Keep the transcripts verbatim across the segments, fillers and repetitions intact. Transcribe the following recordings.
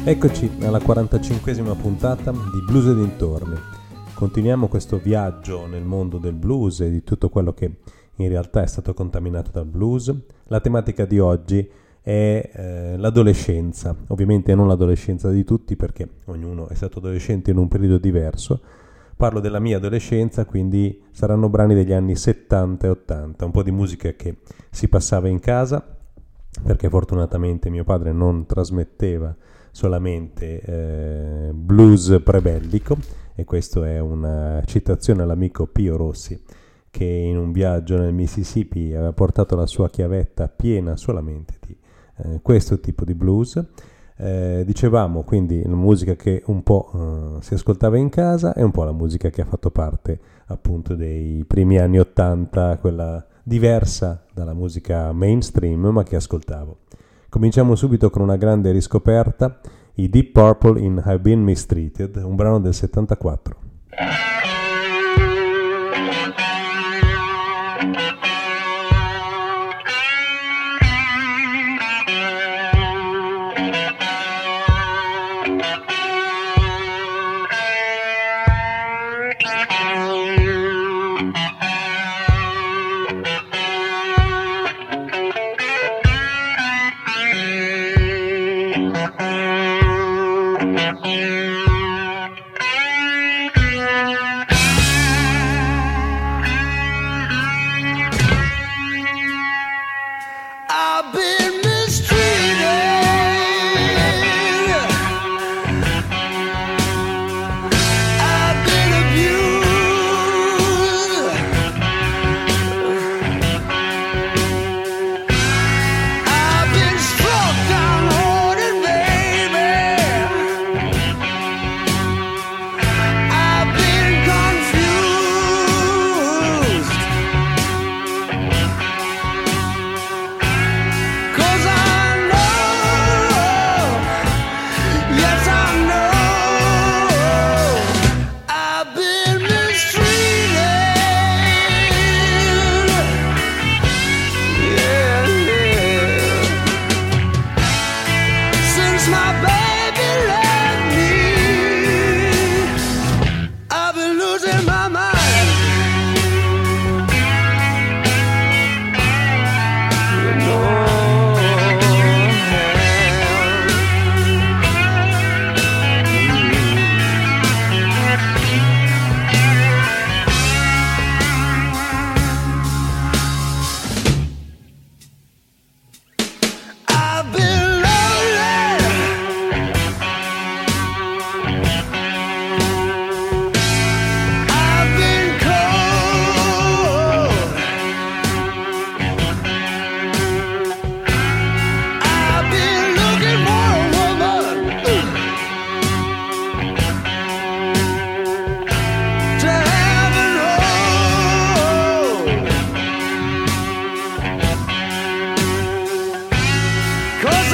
Eccoci alla quarantacinquesima puntata di Blues e dintorni. Continuiamo questo viaggio nel mondo del blues e di tutto quello che in realtà è stato contaminato dal blues. La tematica di oggi è eh, l'adolescenza, ovviamente non l'adolescenza di tutti perché ognuno è stato adolescente in un periodo diverso. Parlo della mia adolescenza, quindi saranno brani degli anni settanta e ottanta, un po' di musica che si passava in casa, perché fortunatamente mio padre non trasmetteva solamente eh, blues prebellico, e questo è una citazione all'amico Pio Rossi, che in un viaggio nel Mississippi aveva portato la sua chiavetta piena solamente di eh, questo tipo di blues. Eh, dicevamo quindi la musica che un po' eh, si ascoltava in casa e un po' la musica che ha fatto parte appunto dei primi anni ottanta, quella diversa dalla musica mainstream ma che ascoltavo. Cominciamo subito con una grande riscoperta, i Deep Purple in I've Been Mistreated, un brano del settantaquattro. Cause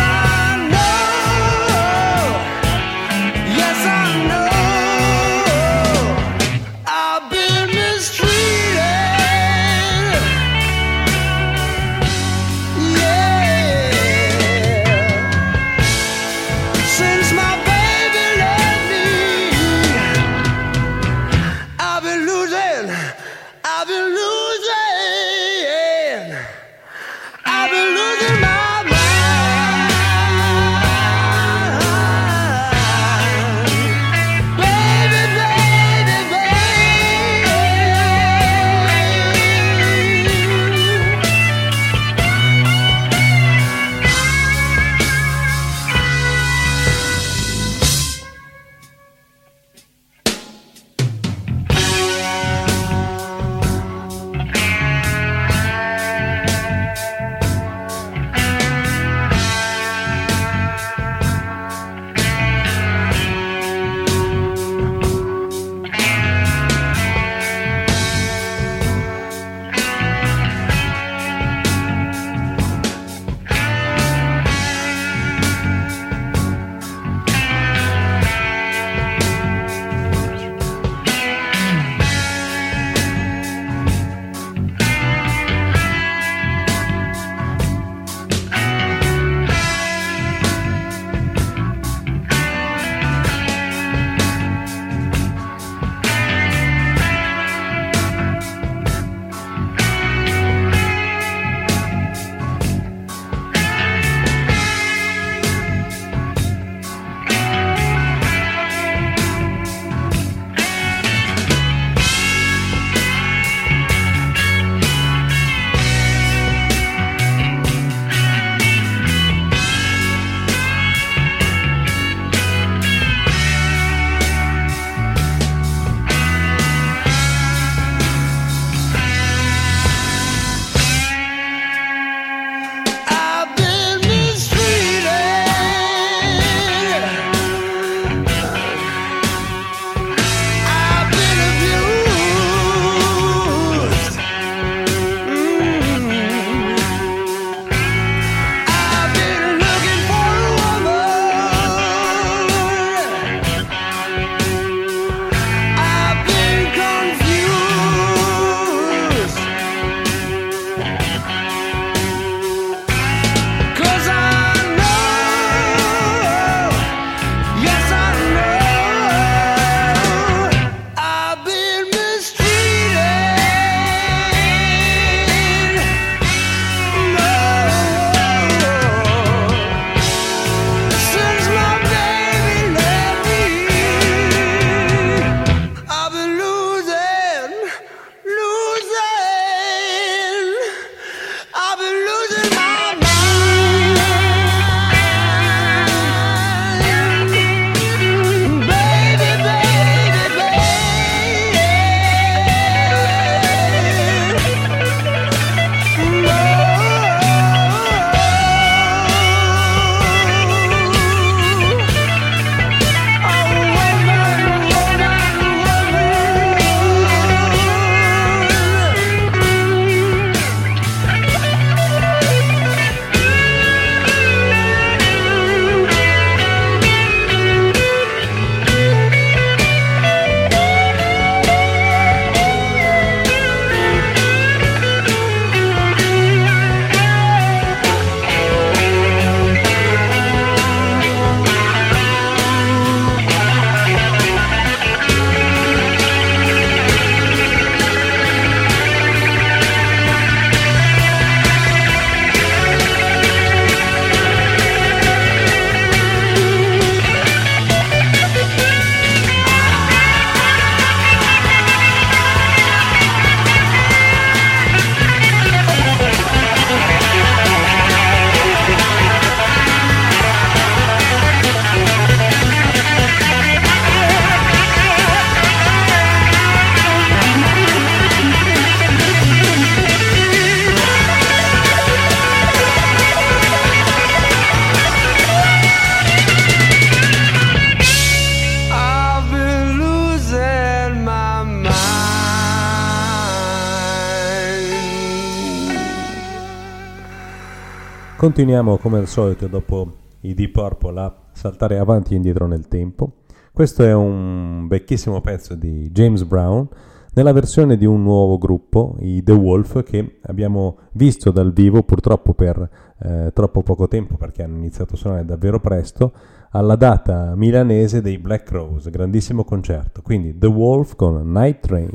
continuiamo come al solito dopo i Deep Purple a saltare avanti e indietro nel tempo. Questo è un vecchissimo pezzo di James Brown nella versione di un nuovo gruppo, i The Wolf, che abbiamo visto dal vivo purtroppo per eh, troppo poco tempo perché hanno iniziato a suonare davvero presto alla data milanese dei Black Crowes, grandissimo concerto. Quindi The Wolf con Night Train.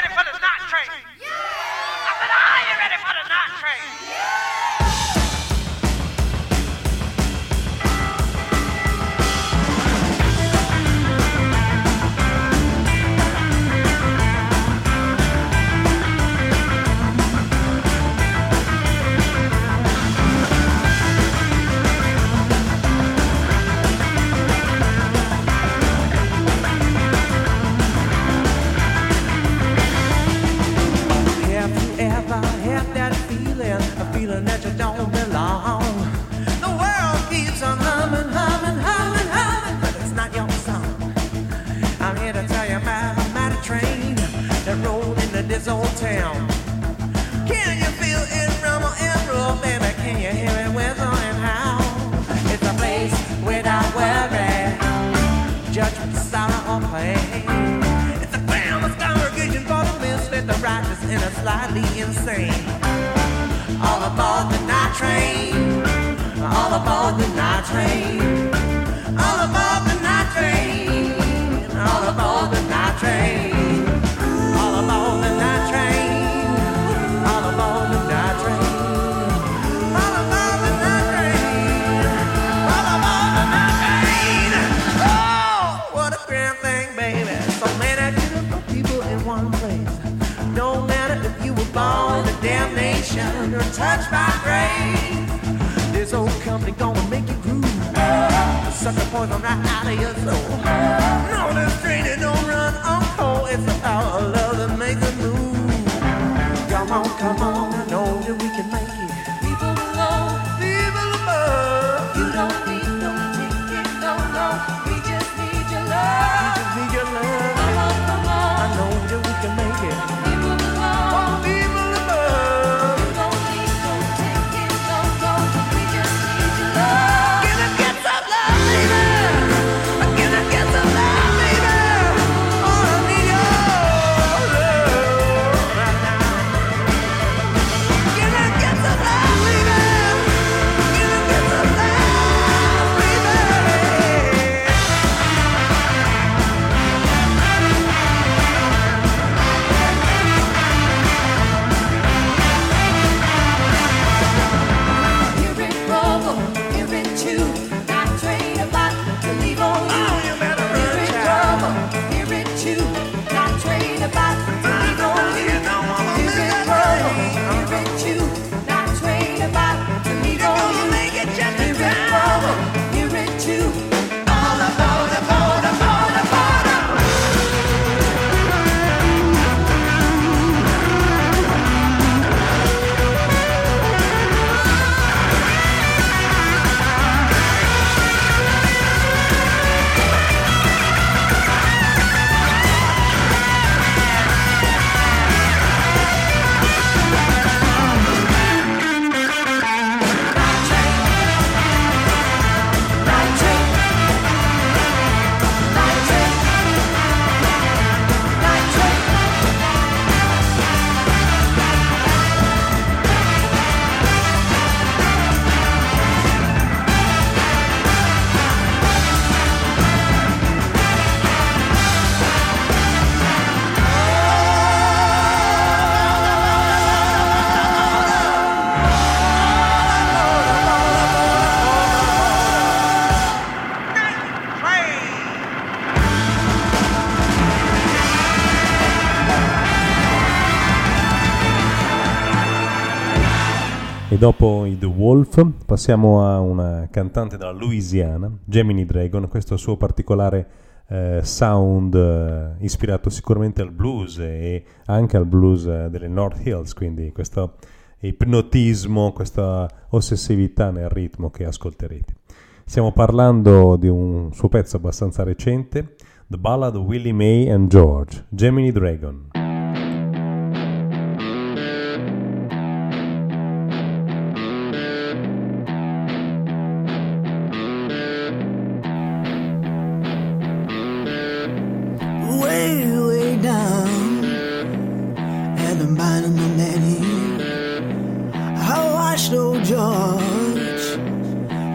E dopo i The Wolf passiamo a una cantante della Louisiana, Gemini Dragon, questo suo particolare eh, sound eh, ispirato sicuramente al blues e anche al blues eh, delle North Hills, quindi questo ipnotismo, questa ossessività nel ritmo che ascolterete. Stiamo parlando di un suo pezzo abbastanza recente, The Ballad of Willie Mae and George, Gemini Dragon.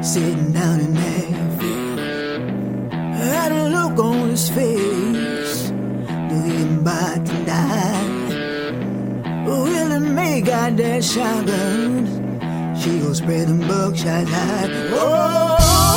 sitting down in that field. Had a look on his face, knew he about to die. Willie Mae got that shotgun, she gon' spread them buckshot high. Oh!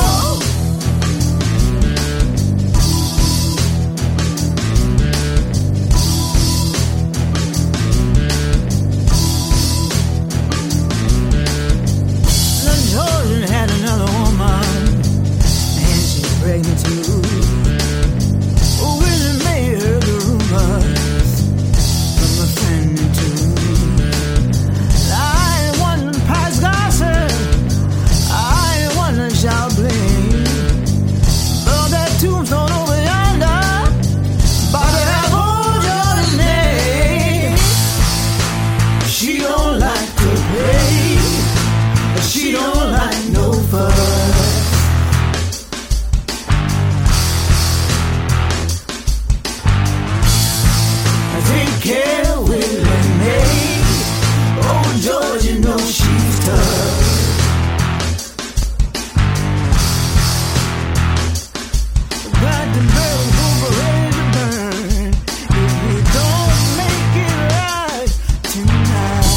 Pregnant too. Willie Mae heard the rumors from a friend or two. I ain't one to pass gossip, I ain't one to shout blame. But that tombstone over yonder, by that old Jordan's name. She don't like to play, she don't like no fuss. Care Willie Mae, oh George, you know she's tough. Got the girls over ready to burn if we don't make it right tonight.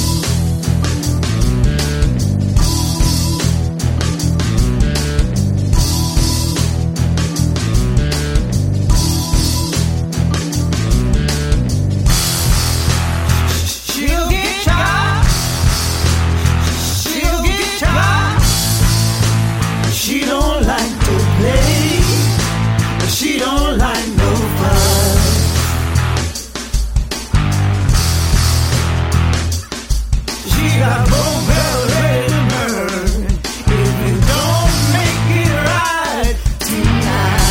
She don't like to play, she don't like no fuss. She got both barrels ready to burn if you don't make it right tonight.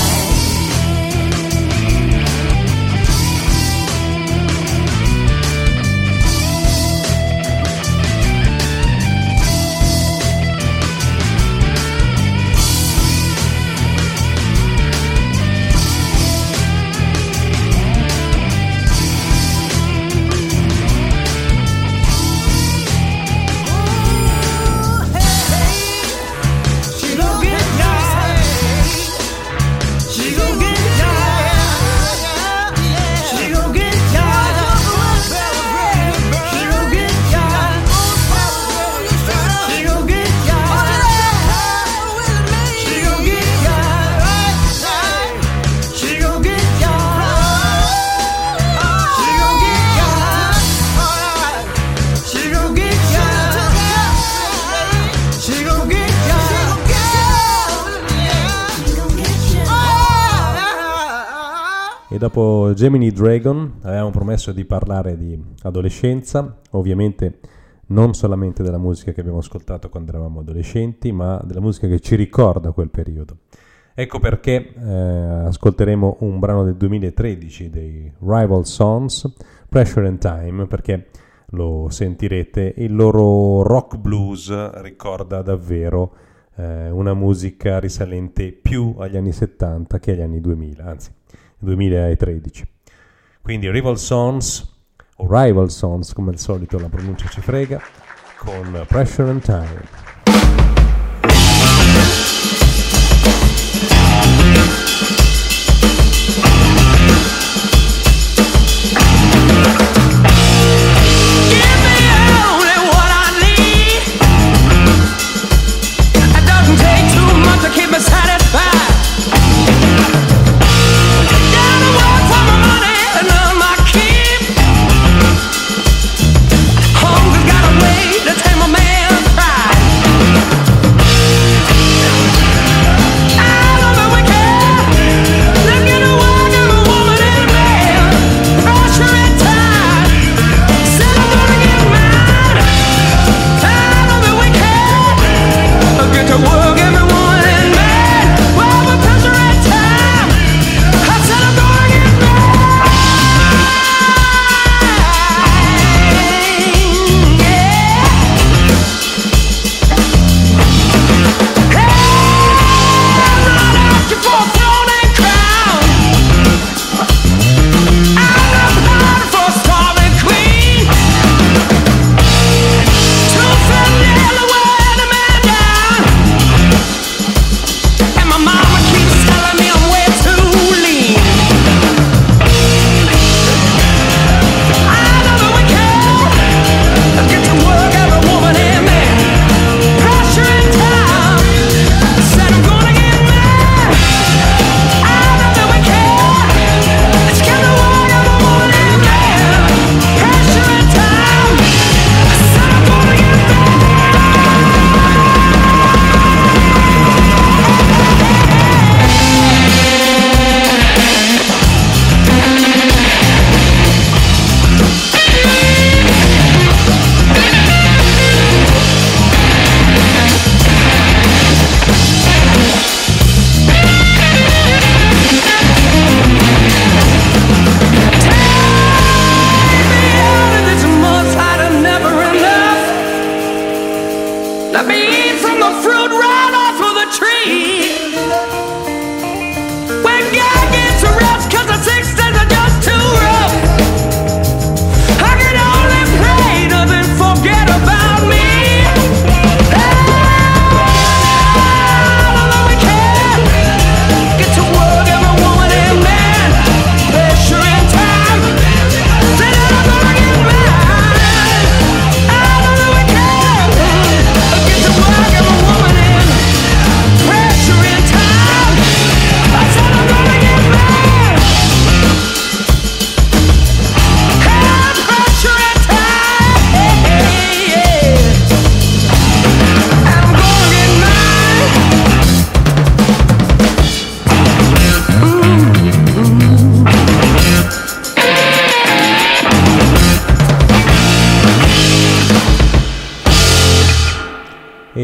E dopo Gemini Dragon avevamo promesso di parlare di adolescenza, ovviamente non solamente della musica che abbiamo ascoltato quando eravamo adolescenti, ma della musica che ci ricorda quel periodo. Ecco perché eh, ascolteremo un brano del duemilatredici dei Rival Sons, Pressure and Time, perché lo sentirete, il loro rock blues ricorda davvero eh, una musica risalente più agli anni settanta che agli anni duemila, anzi duemilatredici. Quindi Rival Sons o Rival Sons, come al solito la pronuncia ci frega, con Pressure and Time. Hunger's got a way to tame a man's pride.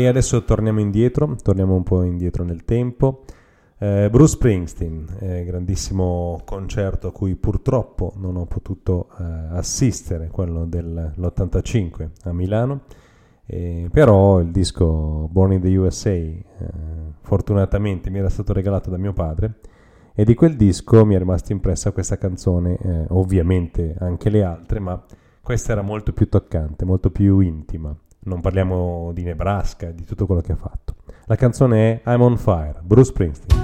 E adesso torniamo indietro, torniamo un po' indietro nel tempo. Eh, Bruce Springsteen, eh, grandissimo concerto a cui purtroppo non ho potuto eh, assistere, quello dell'ottantacinque a Milano, eh, però il disco Born in the U S A eh, fortunatamente mi era stato regalato da mio padre, e di quel disco mi è rimasta impressa questa canzone, eh, ovviamente anche le altre, ma questa era molto più toccante, molto più intima. Non parliamo di Nebraska, di tutto quello che ha fatto. La canzone è I'm on Fire, Bruce Springsteen.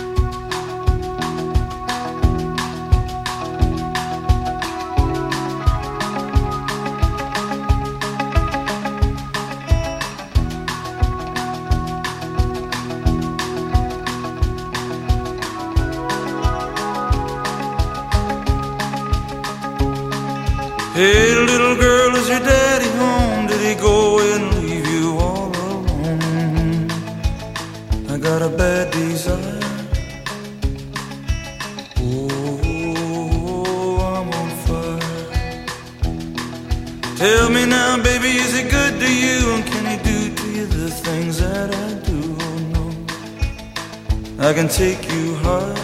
Hey, little girl, is your daddy home? Did he go away and leave you all alone? I got a bad desire. Oh, I'm on fire. Tell me now, baby, is he good to you? And can he do to you the things that I do? Oh, no, I can take you high.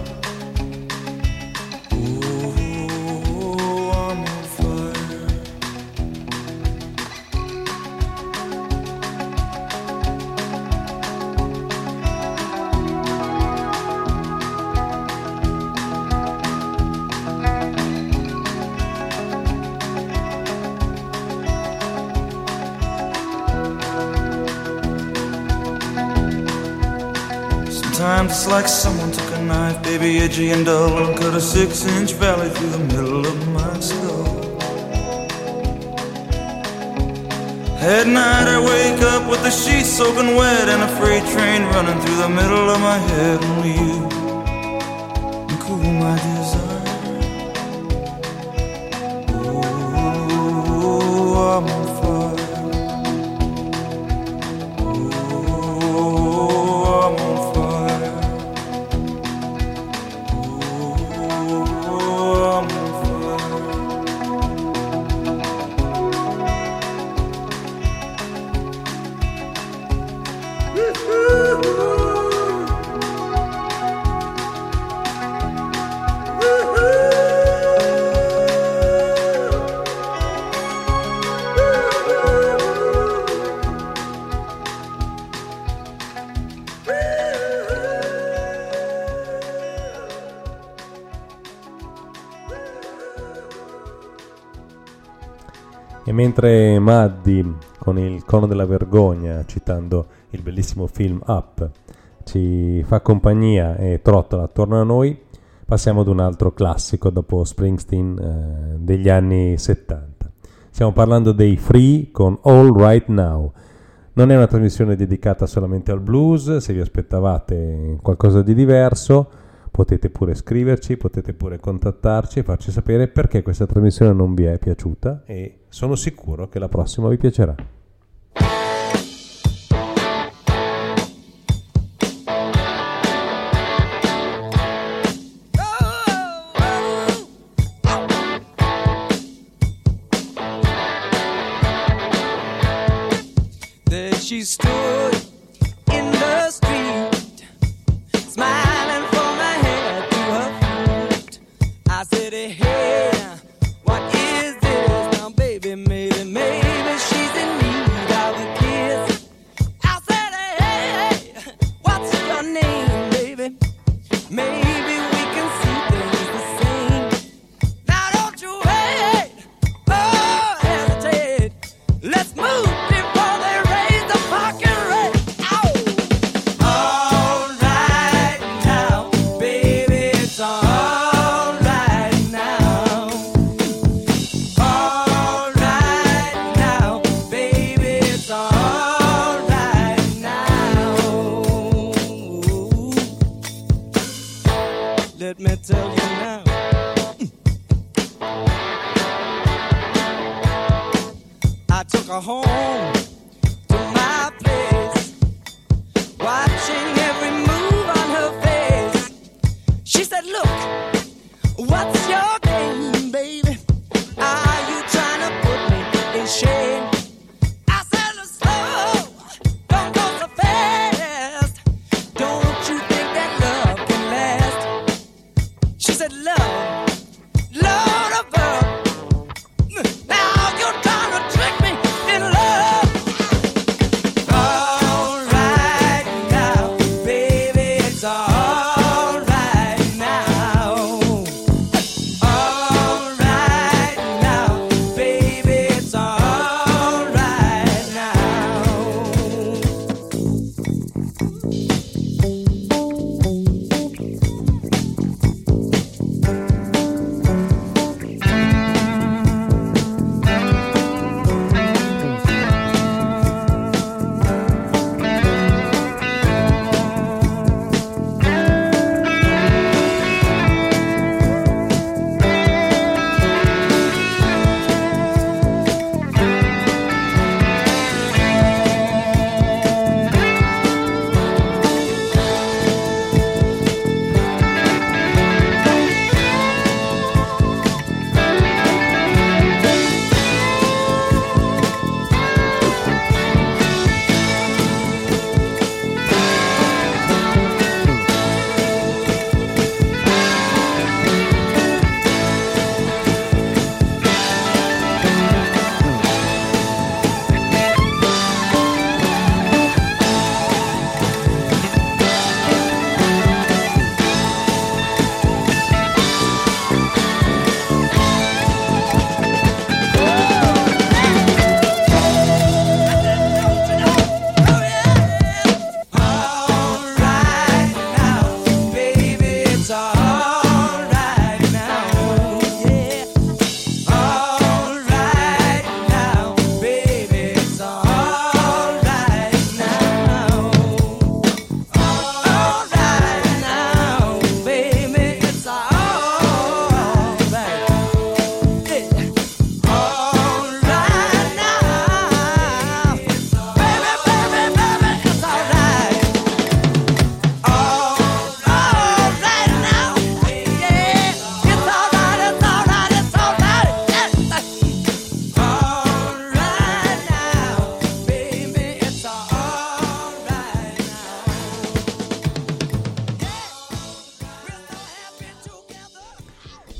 Sometimes it's like someone took a knife, baby, edgy and dull, and cut a six-inch valley through the middle of my skull. At night I wake up with the sheets soaking wet and a freight train running through the middle of my head. Only you can cool my desire. Oh, I'm on fire. E mentre Maddi con il cono della vergogna, citando il bellissimo film Up, ci fa compagnia e trottola attorno a noi, passiamo ad un altro classico dopo Springsteen eh, degli anni settanta. Stiamo parlando dei Free con All Right Now. Non è una trasmissione dedicata solamente al blues, se vi aspettavate qualcosa di diverso potete pure scriverci, potete pure contattarci e farci sapere perché questa trasmissione non vi è piaciuta, e sono sicuro che la prossima vi piacerà. There she stood in the street, smiling from her head to her feet. I said, hey, what is this now, baby? Maybe, maybe she's in need of a kiss. I said, hey, what's your name, baby? Maybe we can see things the same. Now don't you wait, oh, hesitate. Let's move before they raise the fucking rate. Ow! All right now, baby, it's all right now. All right now, baby, it's all right now. Let me tell you now. I took her home to my place, watching every move on her face. She said, look, what's your game, baby? Are you trying to put me in shame? I said, slow, go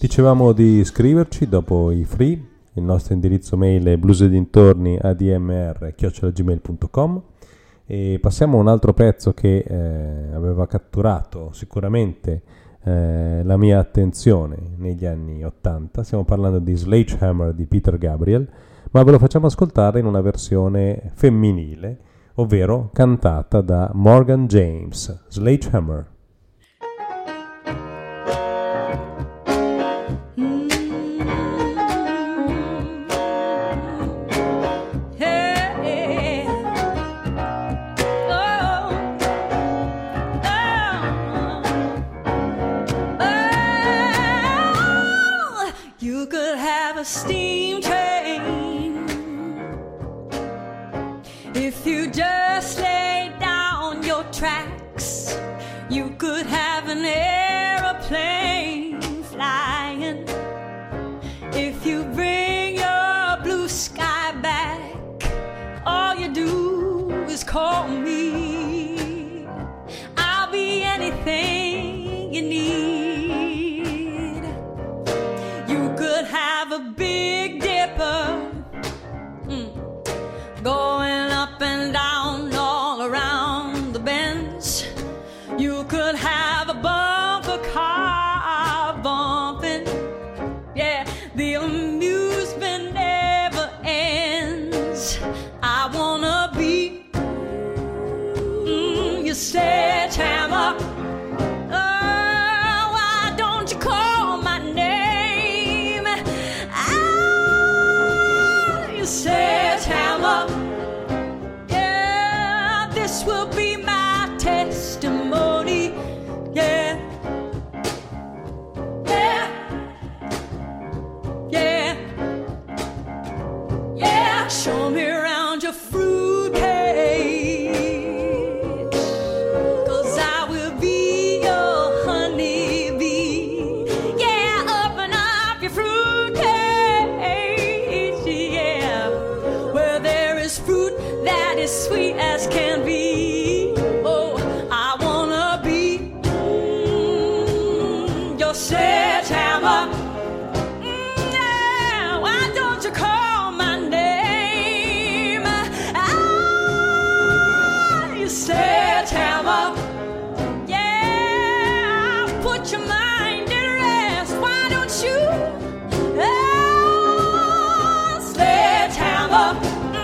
Dicevamo di iscriverci dopo i free, il nostro indirizzo mail è bluesedintorni a d m r chiocciola gmail punto com e passiamo a un altro pezzo che eh, aveva catturato sicuramente eh, la mia attenzione negli anni ottanta. Stiamo parlando di Sledgehammer di Peter Gabriel, ma ve lo facciamo ascoltare in una versione femminile, ovvero cantata da Morgan James. Sledgehammer. A steam train if you just lay down your tracks. You could have an aeroplane flying if you bring your blue sky back. All you do is call me. I'll be anything you need. You could have a Big Dipper mm, going up and down all around the bends. You could have a bumper car bumping. Yeah, the amusement never ends. I wanna be mm, your sledgehammer. Oh, why don't you call my name? Sledgehammer, yeah, this will be my testimony, yeah, yeah, yeah, yeah, show me around your fruit cage, 'cause I will be your honeybee, yeah, open up your fruit cage. Fruit that is sweet as can be. Oh, I wanna be mm, your sledgehammer. Mm, yeah, why don't you call my name? Ah, your sledgehammer. Yeah, put your mind at rest. Why don't you? Ah, sledgehammer.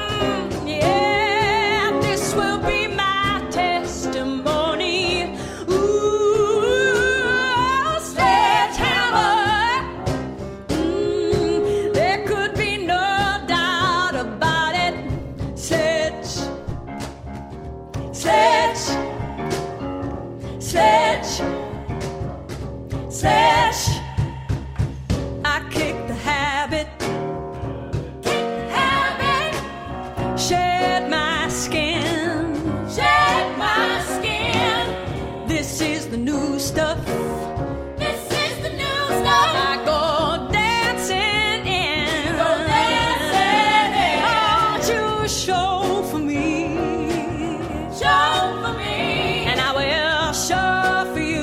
Sledge, I kicked the habit, kick the habit, shed my skin, shed my skin. This is the new stuff, this is the new stuff. I go dancing in, go dancing in. Won't you show for me, show for me, and I will show for you.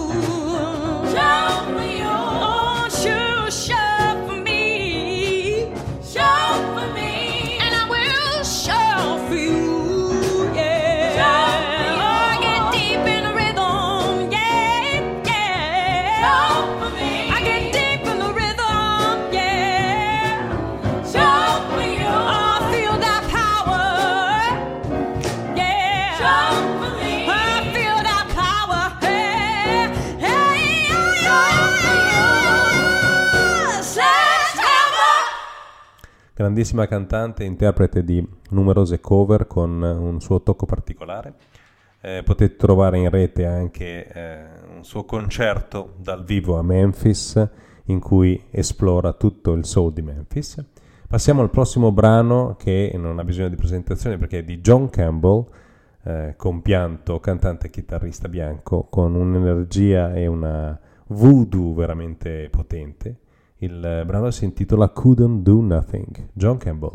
Grandissima cantante, interprete di numerose cover con un suo tocco particolare. Eh, potete trovare in rete anche eh, un suo concerto dal vivo a Memphis in cui esplora tutto il soul di Memphis. Passiamo al prossimo brano che non ha bisogno di presentazione perché è di John Campbell, eh, compianto cantante e chitarrista bianco con un'energia e una voodoo veramente potente. Il brano si intitola Couldn't Do Nothing. John Campbell.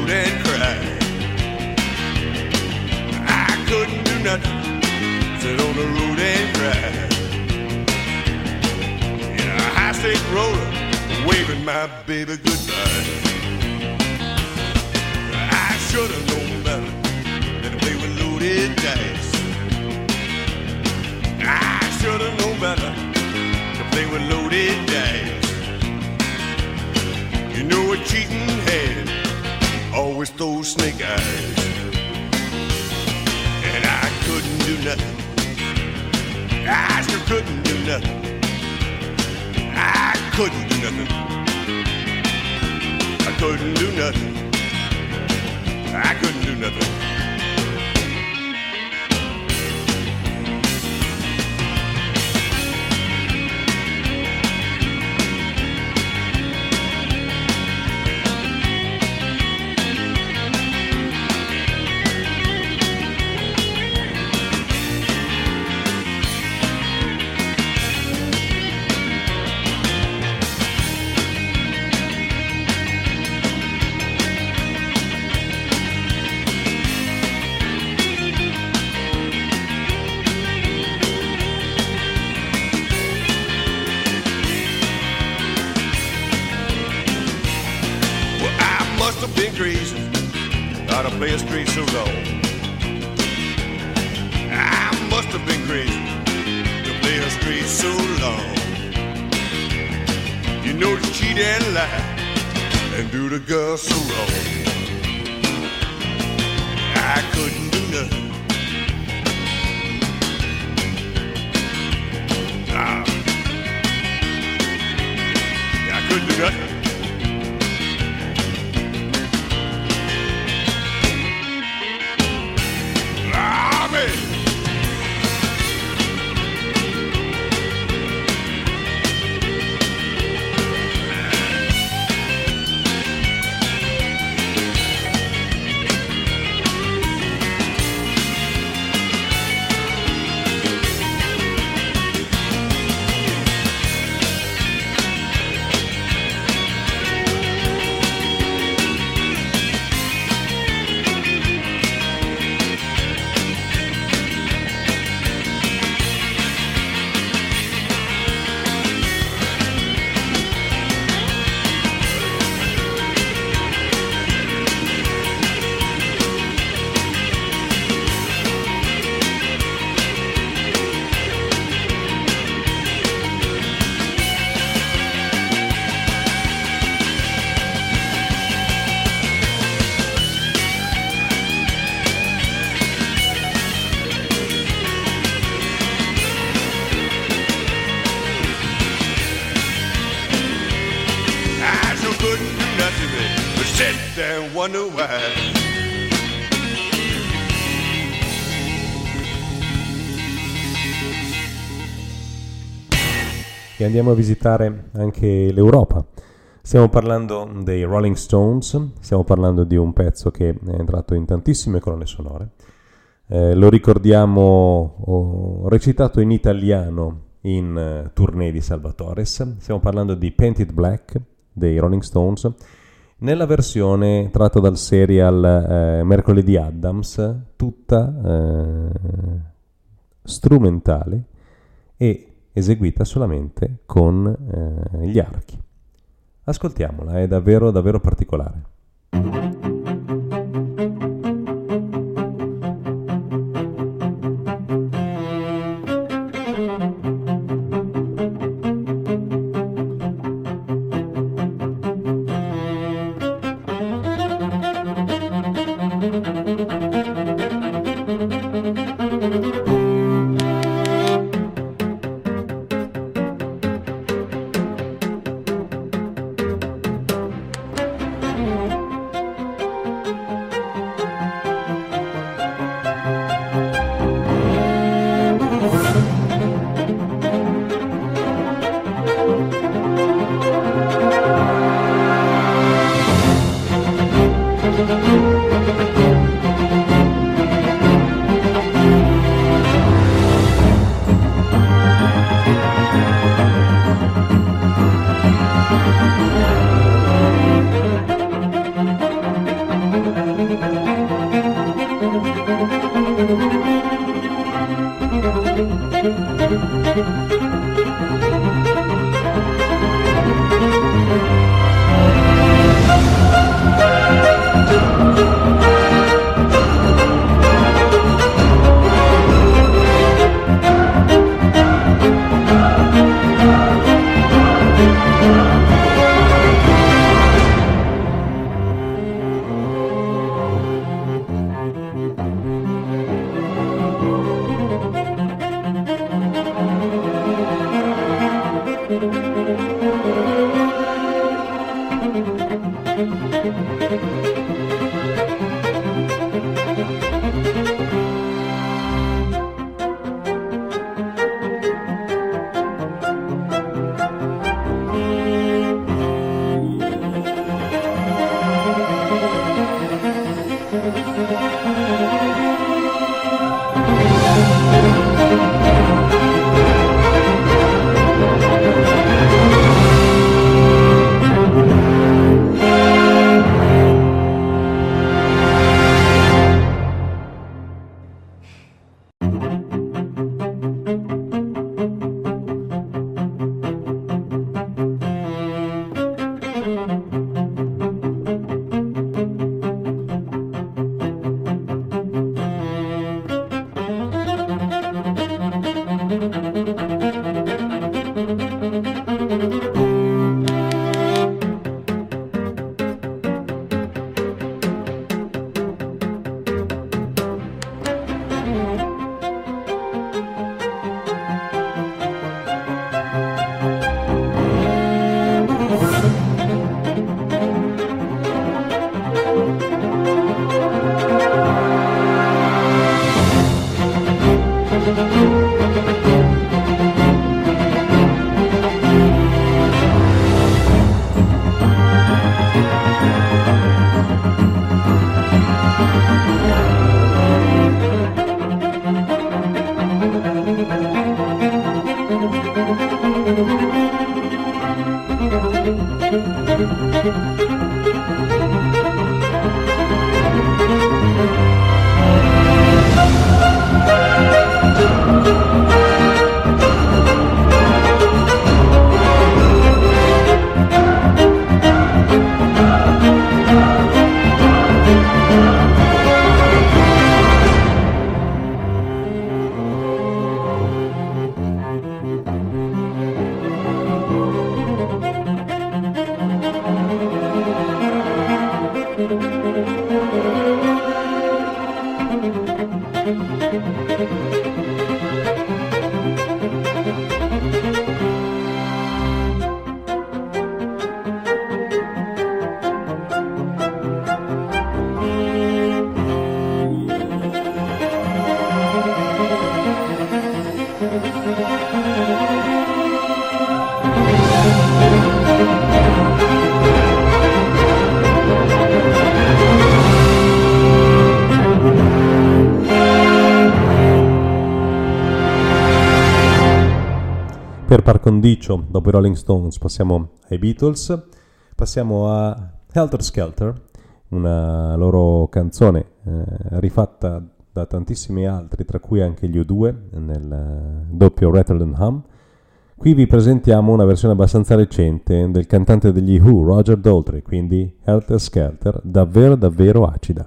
and cried. I couldn't do nothing, sit on the road and cried. In a high-stake roller, waving my baby goodbye. I should have known better than to play with loaded dice. I should have known better to play with loaded dice. You know a cheating hand always throws snake eyes. And I couldn't do nothing, I sure couldn't do nothing, I couldn't do nothing, I couldn't do nothing, I couldn't do nothing. How to play a straight so long. I must have been crazy to play a straight so long. You know to cheat and lie and do the girl so wrong. I couldn't do nothing. Ah. I couldn't do nothing. Wonder why. E andiamo a visitare anche l'Europa. Stiamo parlando dei Rolling Stones, stiamo parlando di un pezzo che è entrato in tantissime colonne sonore. Eh, lo ricordiamo oh, recitato in italiano in uh, tournée di Salvatores. Stiamo parlando di Painted Black dei Rolling Stones, nella versione tratta dal serial eh, Mercoledì Addams, tutta eh, strumentale e eseguita solamente con eh, gli archi. Ascoltiamola, è davvero davvero particolare. Per par condicio, dopo i Rolling Stones passiamo ai Beatles, passiamo a Helter Skelter, una loro canzone eh, rifatta da tantissimi altri, tra cui anche gli U due nel eh, doppio Rattle and Hum. Qui vi presentiamo una versione abbastanza recente del cantante degli Who, Roger Daltrey, quindi Helter Skelter, davvero davvero acida.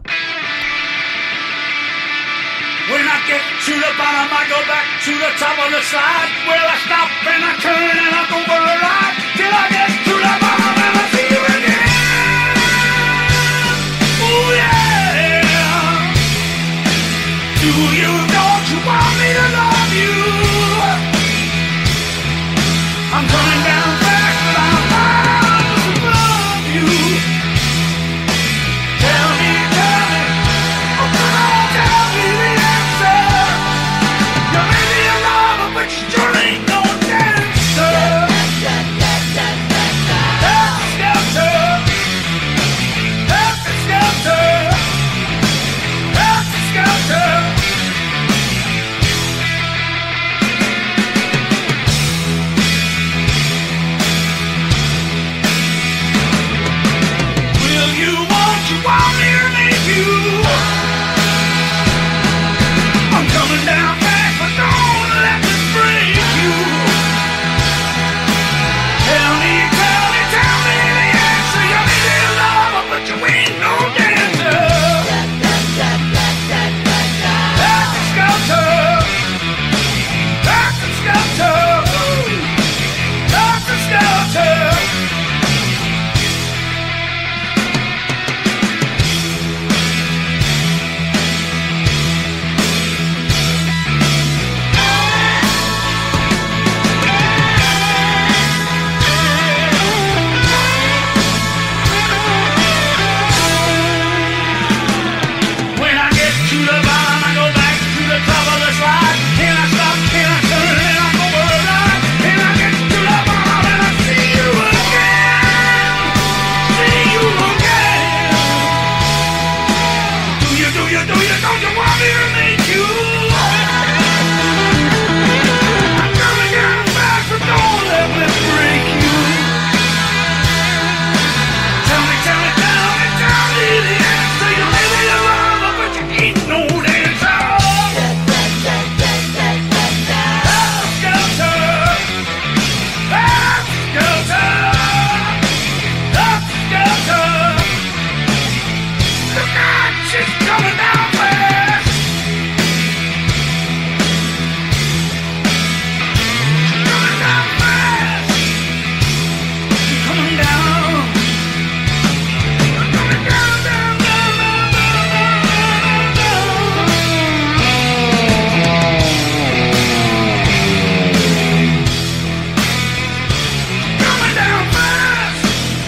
When I get to the bottom, I go back to the top of the slide. Where I stop and I turn and I go for a ride till I get to the bottom and I see you again. Ooh yeah. Do you don't you want me to love you? I'm coming down fast, but I'm bound to love you. Tell me, tell me, oh come on, tell me the answer. You may be a lover, but you sure ain't no dancer. she's coming down fast. Coming down fast. She's coming down. Coming down, down, down, down, down, down, down. Coming down fast.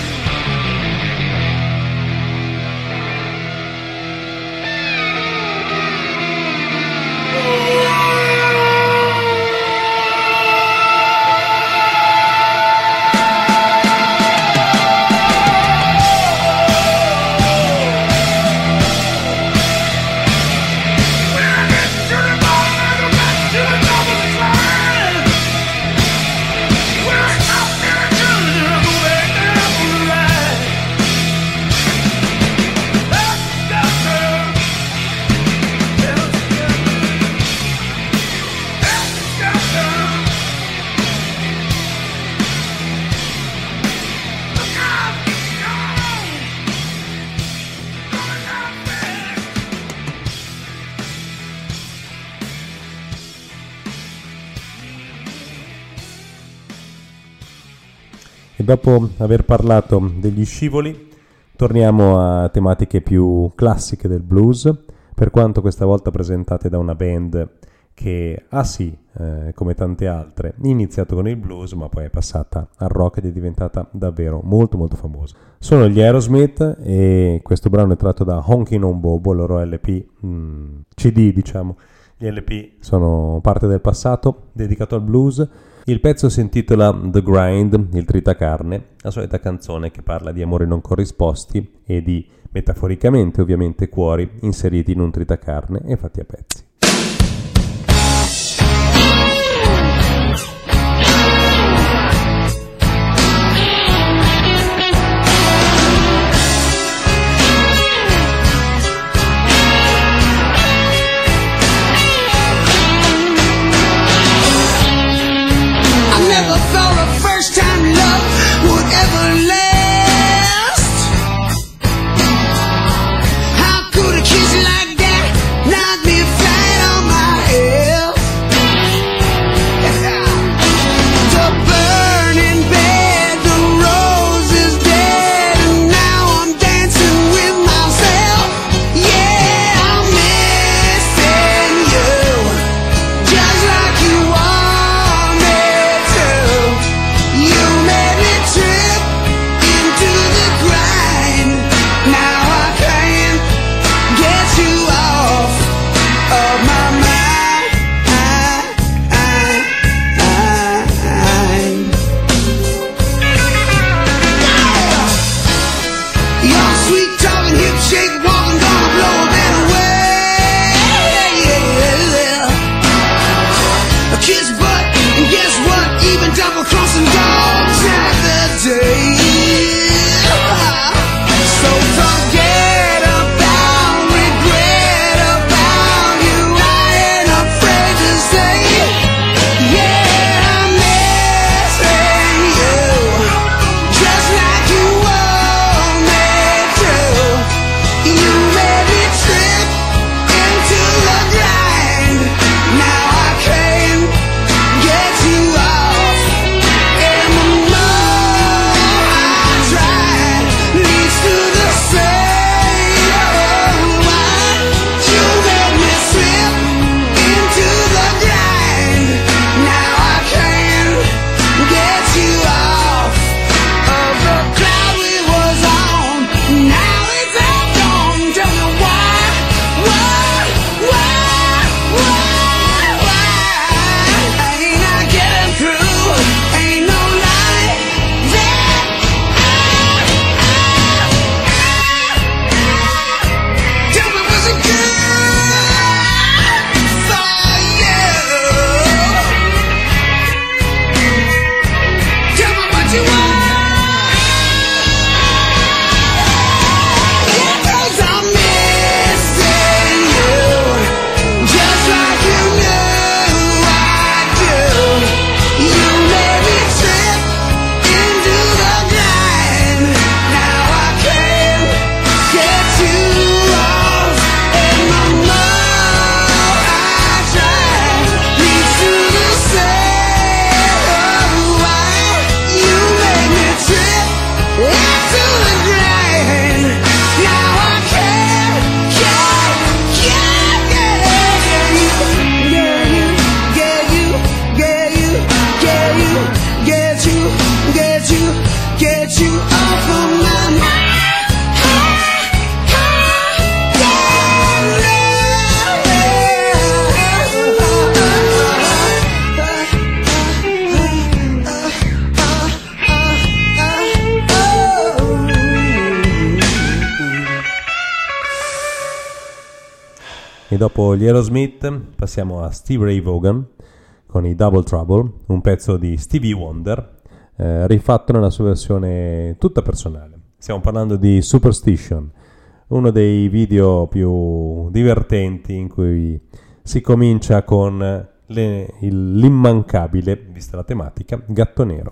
E dopo aver parlato degli scivoli, torniamo a tematiche più classiche del blues, per quanto questa volta presentate da una band che, ah sì, eh, come tante altre, ha iniziato con il blues, ma poi è passata al rock ed è diventata davvero molto molto famosa. Sono gli Aerosmith e questo brano è tratto da Honkin' on Bobo, il loro L P, mm, C D diciamo. Gli L P sono parte del passato, dedicato al blues. Il pezzo si intitola The Grind, il tritacarne, la solita canzone che parla di amori non corrisposti e di, metaforicamente ovviamente, cuori inseriti in un tritacarne e fatti a pezzi. How could a kiss like that knock me flat? E dopo gli Aerosmith passiamo a Steve Ray Vaughan con i Double Trouble, un pezzo di Stevie Wonder, eh, rifatto nella sua versione tutta personale. Stiamo parlando di Superstition, uno dei video più divertenti in cui si comincia con le, il, l'immancabile, vista la tematica, gatto nero.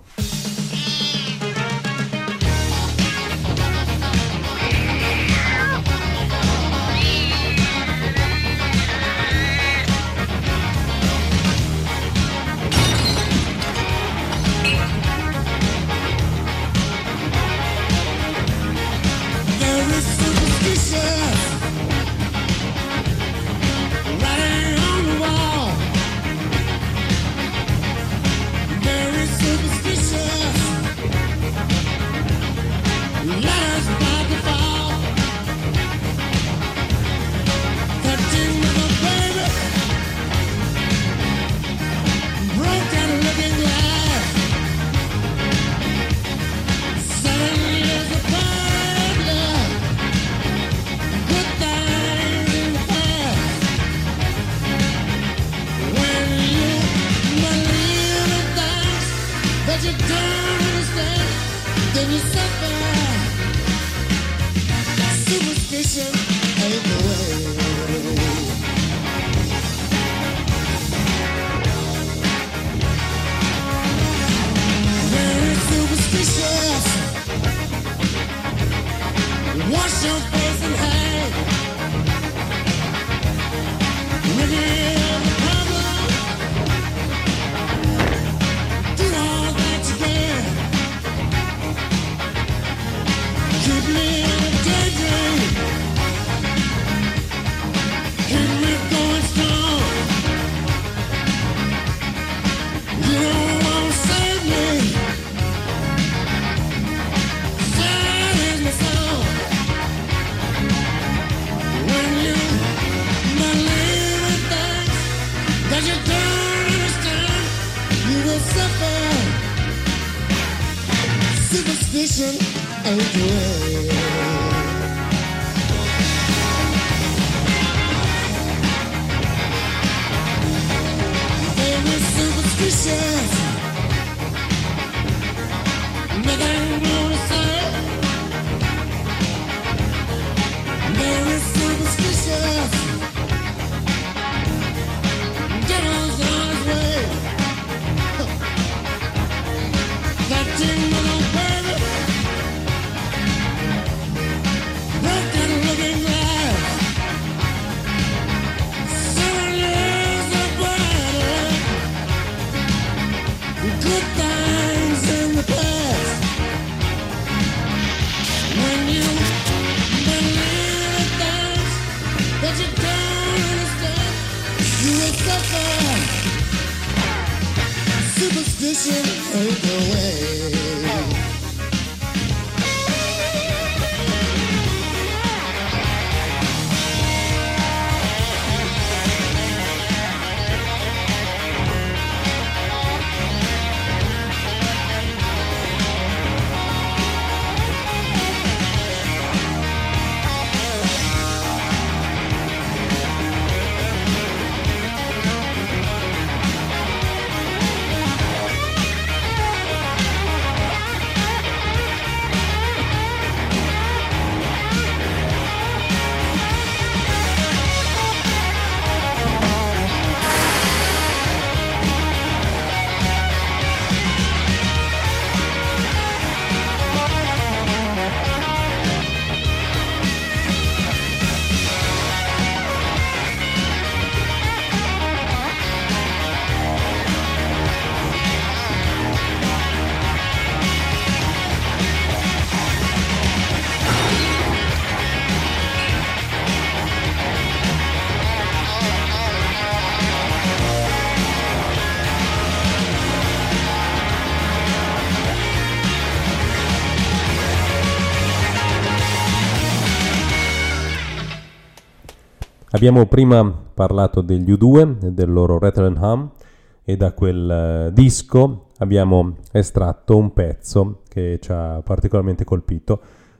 Abbiamo prima parlato degli U due e del loro Rattle and Hum, e da quel uh, disco abbiamo estratto un pezzo che ci ha particolarmente colpito.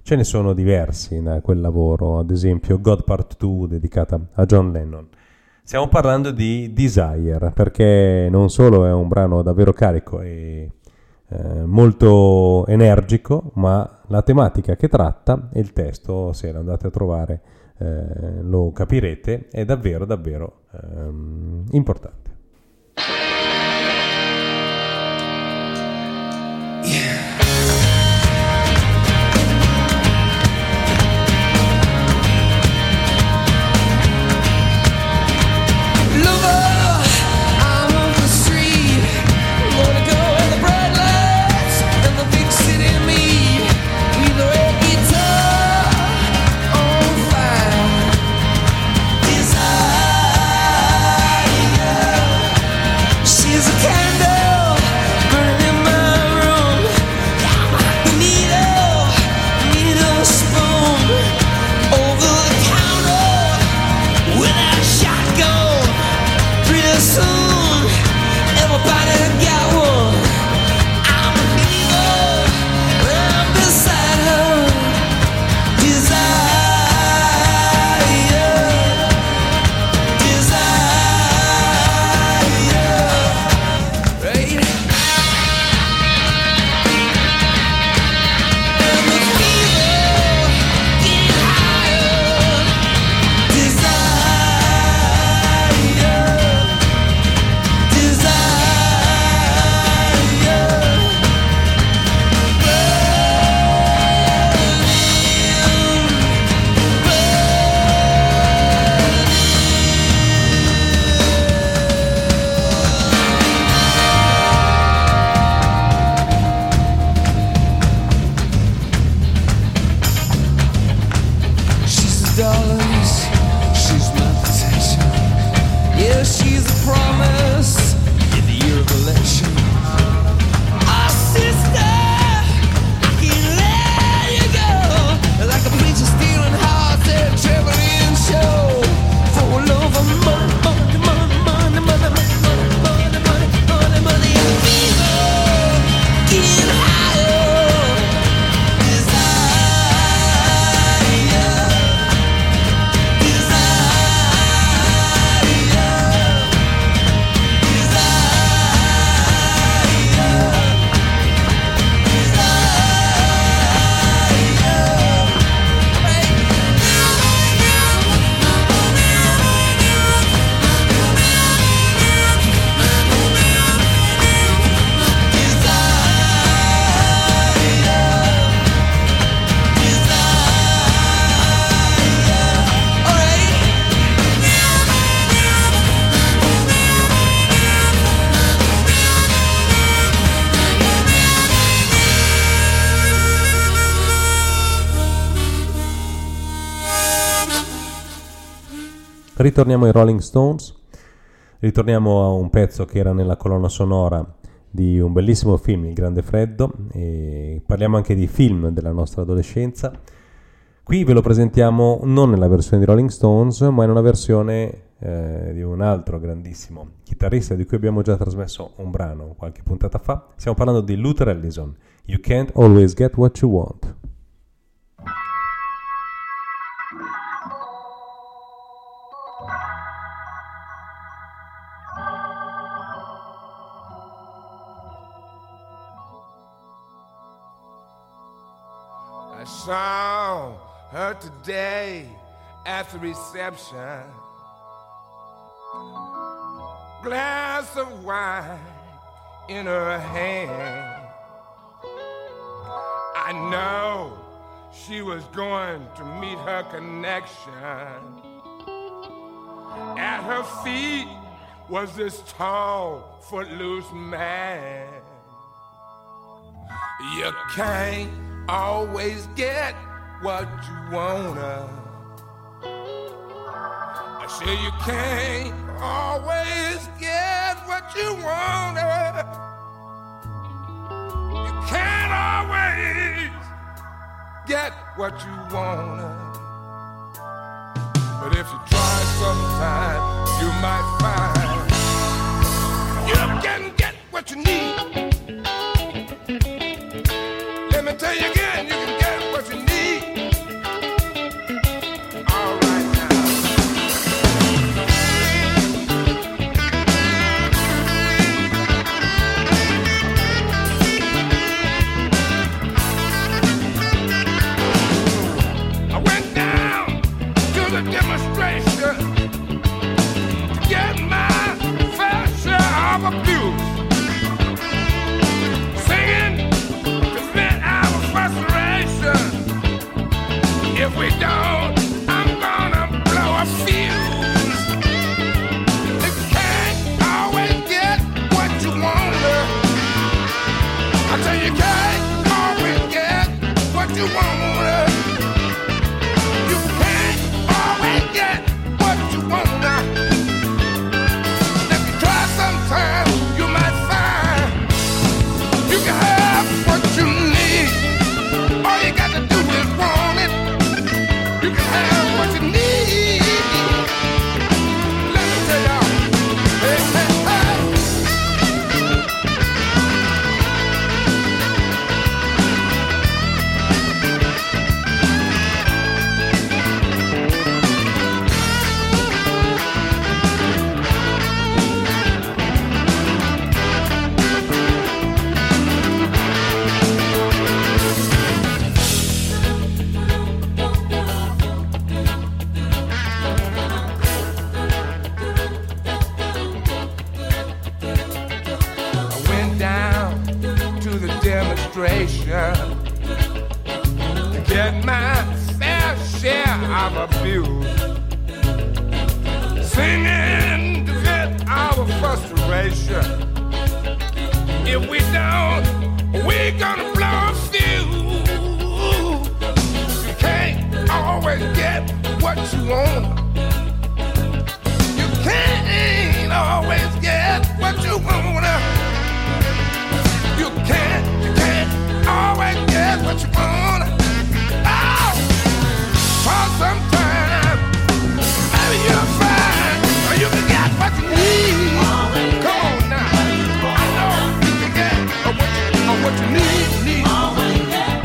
Ce ne sono diversi da quel lavoro, ad esempio God Part due dedicata a John Lennon. Stiamo parlando di Desire, perché non solo è un brano davvero carico e eh, molto energico, ma la tematica che tratta e il testo, se lo andate a trovare, eh, lo capirete, è davvero davvero ehm, importante. Yeah. Ritorniamo ai Rolling Stones, ritorniamo a un pezzo che era nella colonna sonora di un bellissimo film, Il Grande Freddo, e parliamo anche di film della nostra adolescenza. Qui ve lo presentiamo non nella versione di Rolling Stones, ma in una versione eh, di un altro grandissimo chitarrista di cui abbiamo già trasmesso un brano qualche puntata fa. Stiamo parlando di Luther Allison, You Can't Always Get What You Want. I saw her today at the reception. Glass of wine in her hand. I know she was going to meet her connection. At her feet was this tall, footloose man. You can't always get what you wanna. I say you can't always get what you wanna. You can't always get what you wanna. But if you try sometime, you might find you can get what you need. Let me tell you again, you can get what you need. demonstration to get my fair share of abuse. Singing to vent our frustration. If we don't, I'm gonna blow a fuse. You can't always get what you want. I tell you, you can't always get what you want. You can't always get what you want. If you try sometime, you might find you can have what you need. All you got to do is want it. You can have what you need. Let me tell y'all, hey, hey, hey. I went down to the demonstration to get my fair share of abuse. Singing to vent our frustration. If we don't, we're gonna blow a fuse. You can't always get what you want. You can't always get what you want. You can't, you can't always get what you want. Oh, for some time, maybe you'll find you can get what you need. Come on now, I know you can get what you, what you need. need. Come on,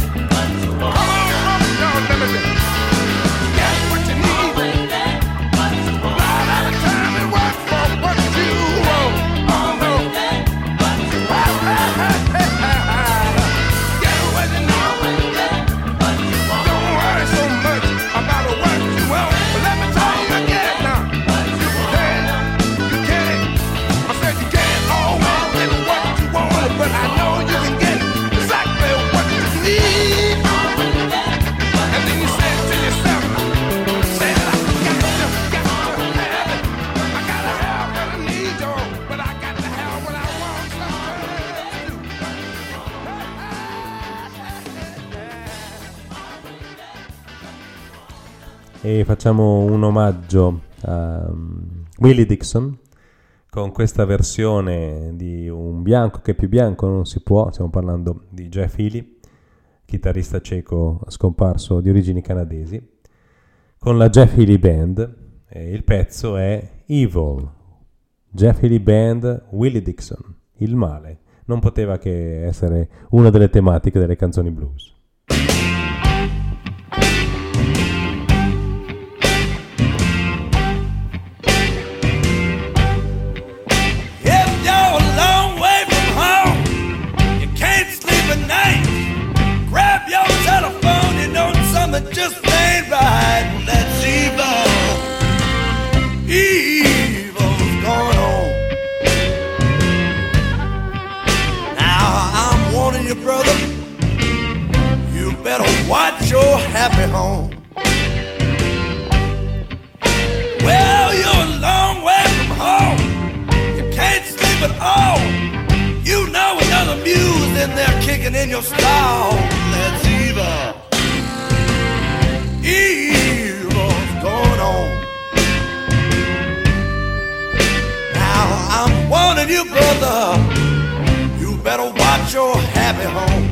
y'all, let me see. Get what you need. Not every time it works for what you want. Oh no. Hey, hey, hey, hey, hey. Get what you need. Don't worry so much about what you want. But let me tell you again now. You can't, you can't. I said you can't always get what you want, but I know you can get exactly what you need. And then you say it to yourself, say it, I got to, got to have it. I gotta have what I need, though, but I got to have what I want sometimes too. E facciamo un omaggio a um, Willie Dixon con questa versione di un bianco che più bianco non si può. Stiamo parlando di Jeff Healey, chitarrista ceco scomparso di origini canadesi, con la Jeff Healey Band, e il pezzo è Evil. Jeff Healey Band, Willie Dixon, il male. Non poteva che essere una delle tematiche delle canzoni blues. If you're a long way from home, you can't sleep at night, grab your telephone, you know something just ain't right. That's evil. Evil's going on. Now I'm warning you, brother, you better watch your happy home. Well, you're a long way from home, you can't sleep at all. You know another muse in there kicking in your stall. That's evil. Evil's going on. Now I'm warning you, brother, you better watch your happy home.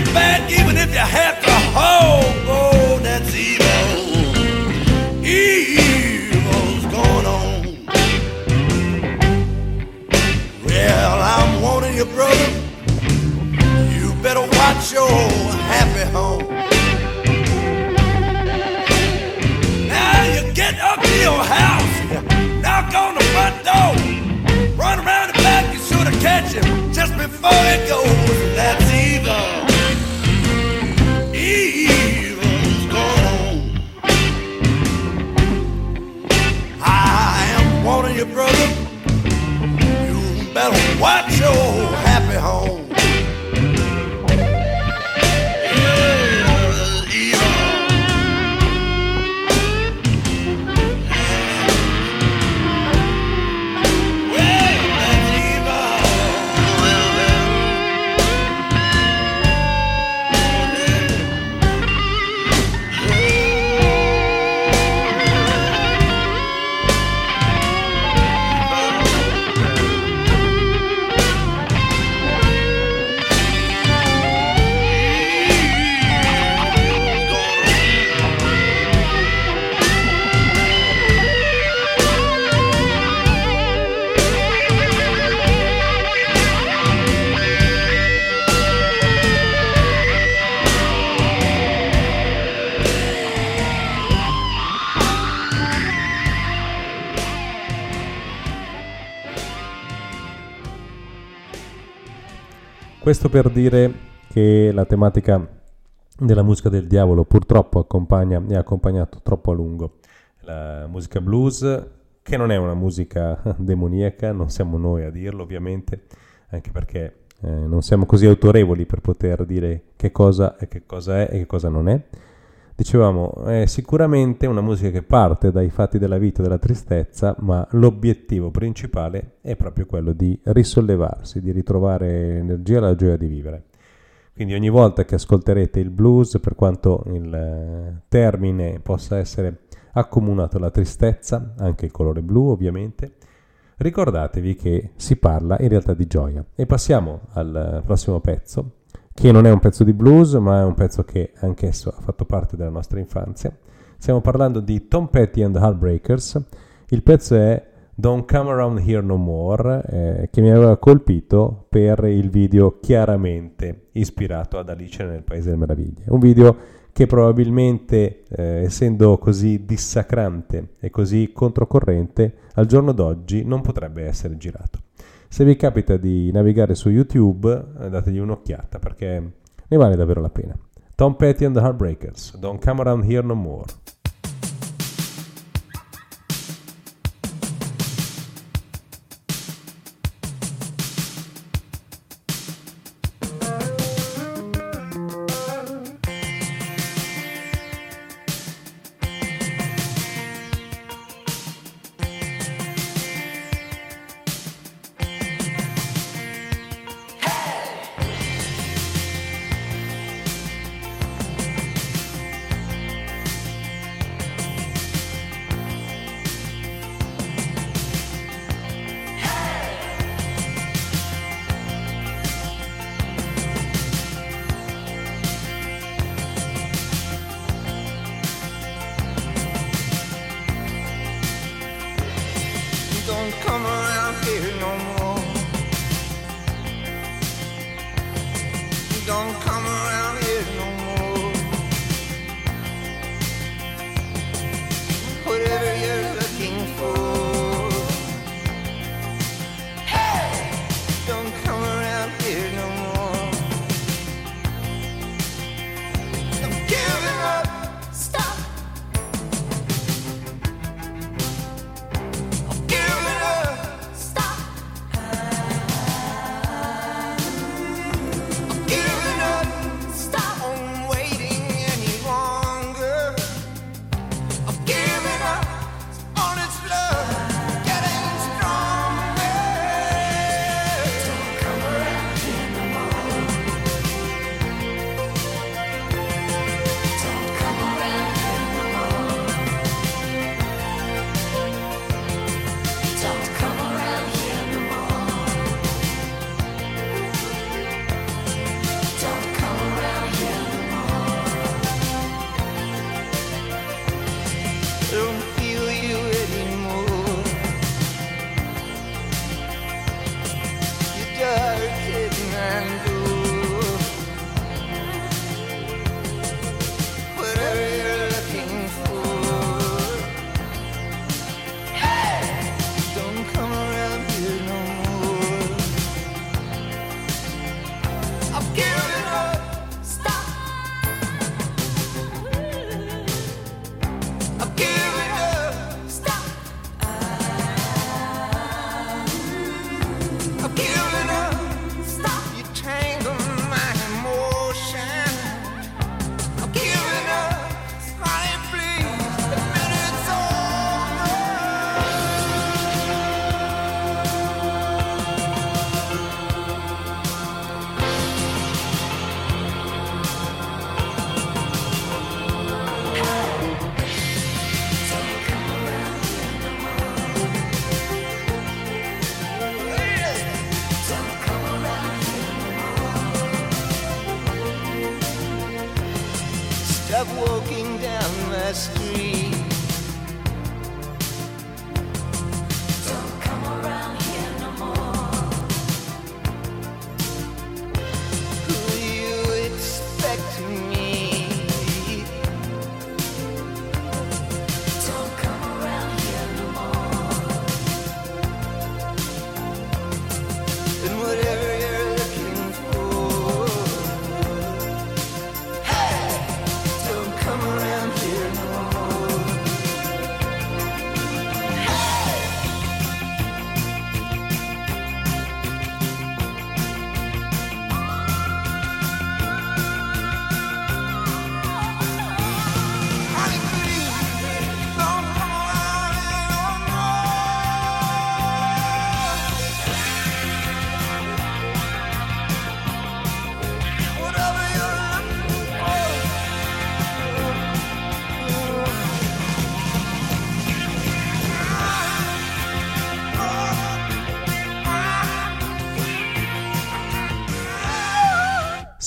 back even if you have to hold. Oh, that's evil. Evil's going on. Well, I'm warning you, brother. You better watch your happy home. Now you get up to your house, you knock on the front door, run around the back, you should have catch him just before it goes. That's evil. Evil's going on. I am warning you, brother. You better watch your happy home. Questo per dire che la tematica della musica del diavolo purtroppo accompagna e ha accompagnato troppo a lungo la musica blues, che non è una musica demoniaca, non siamo noi a dirlo ovviamente, anche perché eh, non siamo così autorevoli per poter dire che cosa è, che cosa è e che cosa non è. Dicevamo, è sicuramente una musica che parte dai fatti della vita e della tristezza, ma l'obiettivo principale è proprio quello di risollevarsi, di ritrovare energia e la gioia di vivere. Quindi ogni volta che ascolterete il blues, per quanto il termine possa essere accomunato alla tristezza, anche il colore blu ovviamente, ricordatevi che si parla in realtà di gioia. E passiamo al prossimo pezzo, che non è un pezzo di blues, ma è un pezzo che anch'esso ha fatto parte della nostra infanzia. Stiamo parlando di Tom Petty and the Heartbreakers. Il pezzo è Don't Come Around Here No More, eh, che mi aveva colpito per il video chiaramente ispirato ad Alice nel Paese delle Meraviglie. Un video che probabilmente, eh, essendo così dissacrante e così controcorrente, al giorno d'oggi non potrebbe essere girato. Se vi capita di navigare su YouTube, dategli un'occhiata perché ne vale davvero la pena. Tom Petty and the Heartbreakers, Don't Come Around Here No More. Don't come around here no more. Don't come around here no more. Whatever you're looking for. Hey! Don't come around here no more. I'm giving up. Stop. I'm giving up.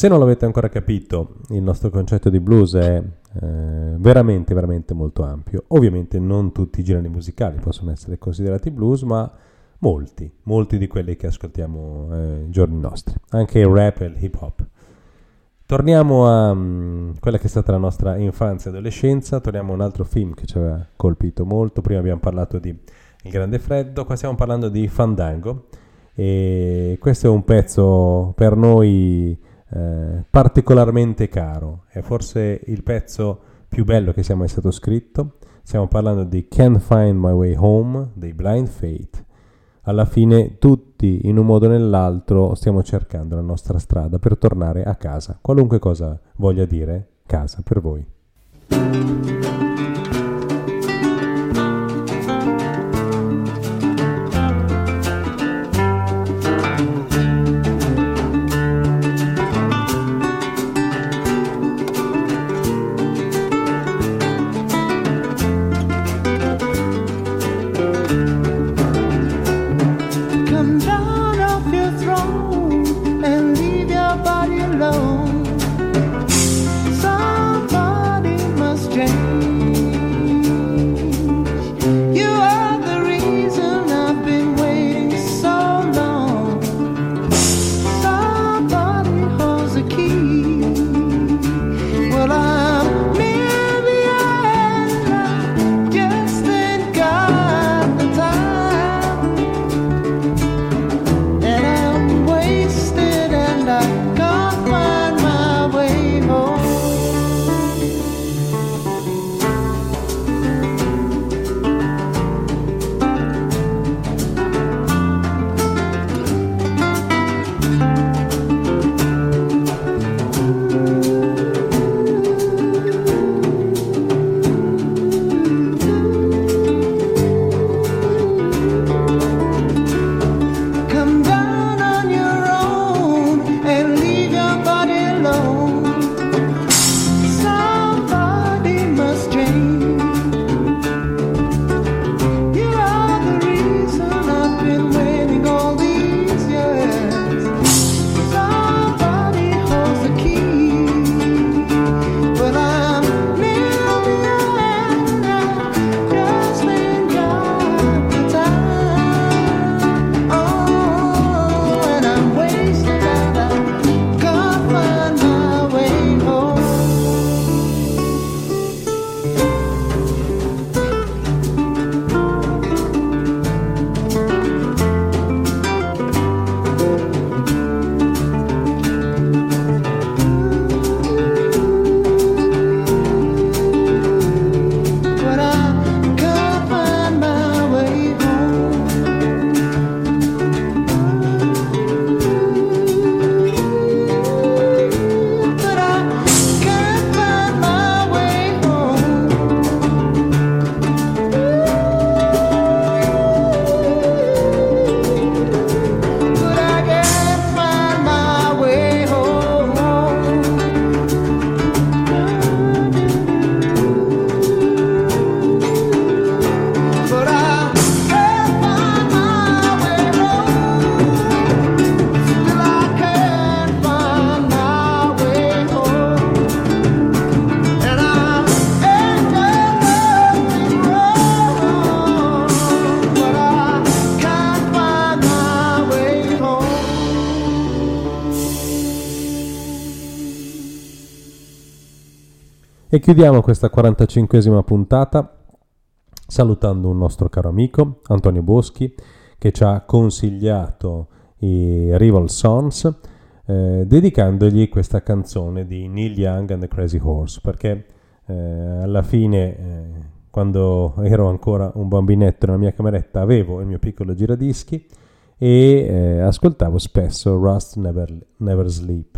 Se non l'avete ancora capito, il nostro concetto di blues è eh, veramente, veramente molto ampio. Ovviamente non tutti i generi musicali possono essere considerati blues, ma molti, molti di quelli che ascoltiamo eh, nei giorni nostri, anche il rap e il hip hop. Torniamo a um, quella che è stata la nostra infanzia e adolescenza, torniamo a un altro film che ci aveva colpito molto. Prima abbiamo parlato di Il Grande Freddo, qua stiamo parlando di Fandango, e questo è un pezzo per noi eh, particolarmente caro, è forse il pezzo più bello che sia mai stato scritto. Stiamo parlando di Can't Find My Way Home dei Blind Faith. Alla fine tutti in un modo o nell'altro stiamo cercando la nostra strada per tornare a casa, qualunque cosa voglia dire casa per voi. E chiudiamo questa quarantacinquesima puntata salutando un nostro caro amico, Antonio Boschi, che ci ha consigliato i Rival Sons, eh, dedicandogli questa canzone di Neil Young and the Crazy Horse, perché eh, alla fine, eh, quando ero ancora un bambinetto nella mia cameretta, avevo il mio piccolo giradischi e eh, ascoltavo spesso Rust Never, Never Sleep,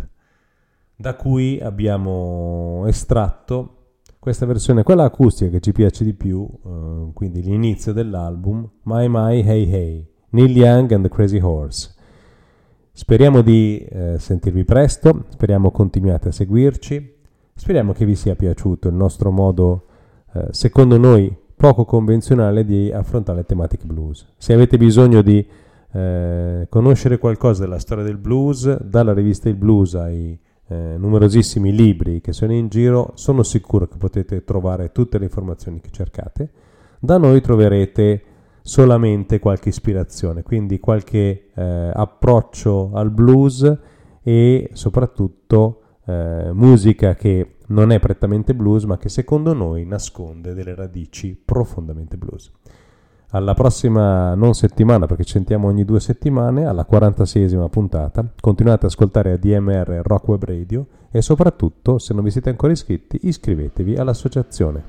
da cui abbiamo estratto questa versione, quella acustica che ci piace di più, uh, quindi l'inizio dell'album, My My Hey Hey, Neil Young and the Crazy Horse. Speriamo di eh, sentirvi presto, speriamo continuate a seguirci, speriamo che vi sia piaciuto il nostro modo, eh, secondo noi, poco convenzionale di affrontare le tematiche blues. Se avete bisogno di eh, conoscere qualcosa della storia del blues, dalla rivista Il Blues ai eh, numerosissimi libri che sono in giro, sono sicuro che potete trovare tutte le informazioni che cercate. Da noi troverete solamente qualche ispirazione, quindi qualche eh, approccio al blues e soprattutto eh, musica che non è prettamente blues, ma che secondo noi nasconde delle radici profondamente blues. Alla prossima, non settimana, perché ci sentiamo ogni due settimane, alla quarantaseiesima puntata. Continuate ad ascoltare A D M R Rock Web Radio e soprattutto, se non vi siete ancora iscritti, iscrivetevi all'associazione.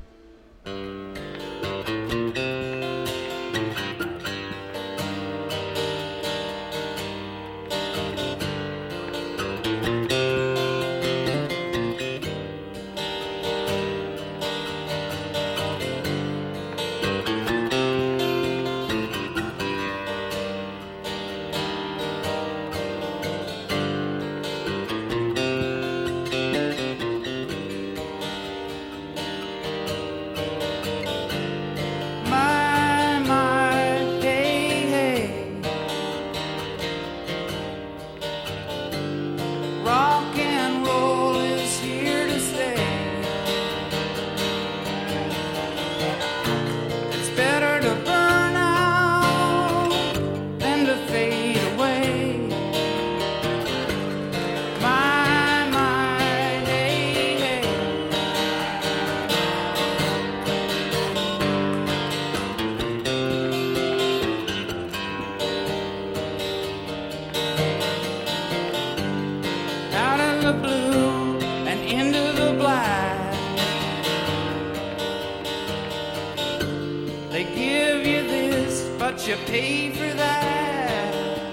You pay for that,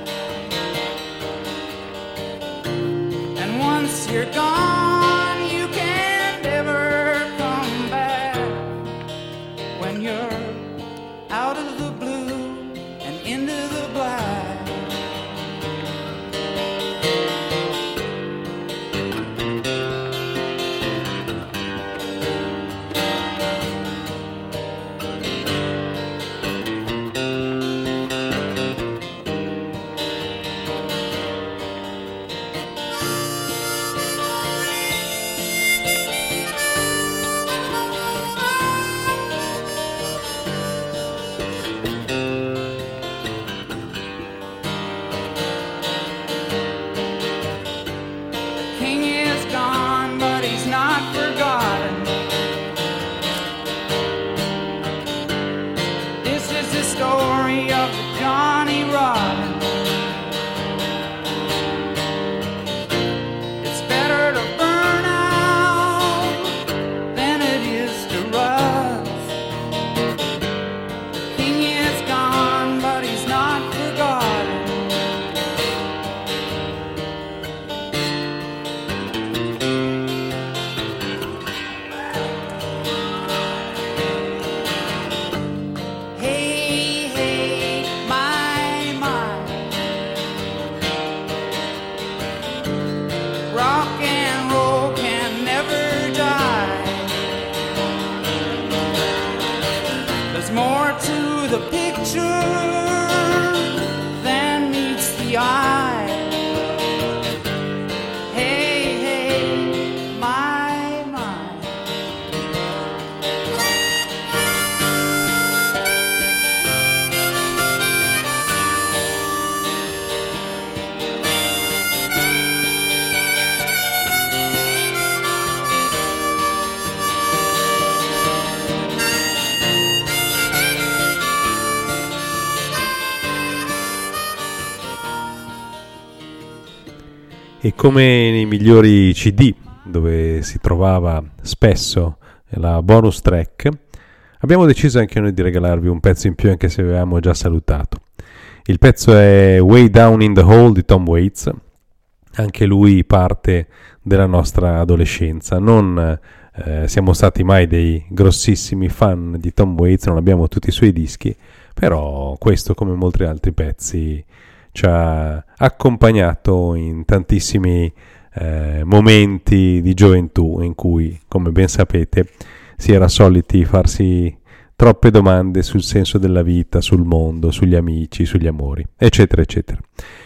and once you're gone, you can never come back. When you're out of the blue and into the black. E come nei migliori C D, dove si trovava spesso la bonus track, abbiamo deciso anche noi di regalarvi un pezzo in più, anche se avevamo già salutato. Il pezzo è Way Down in the Hole di Tom Waits, anche lui parte della nostra adolescenza. Non eh, siamo stati mai dei grossissimi fan di Tom Waits, non abbiamo tutti i suoi dischi, però questo, come molti altri pezzi, ci ha accompagnato in tantissimi eh, momenti di gioventù in cui, come ben sapete, si era soliti farsi troppe domande sul senso della vita, sul mondo, sugli amici, sugli amori, eccetera, eccetera.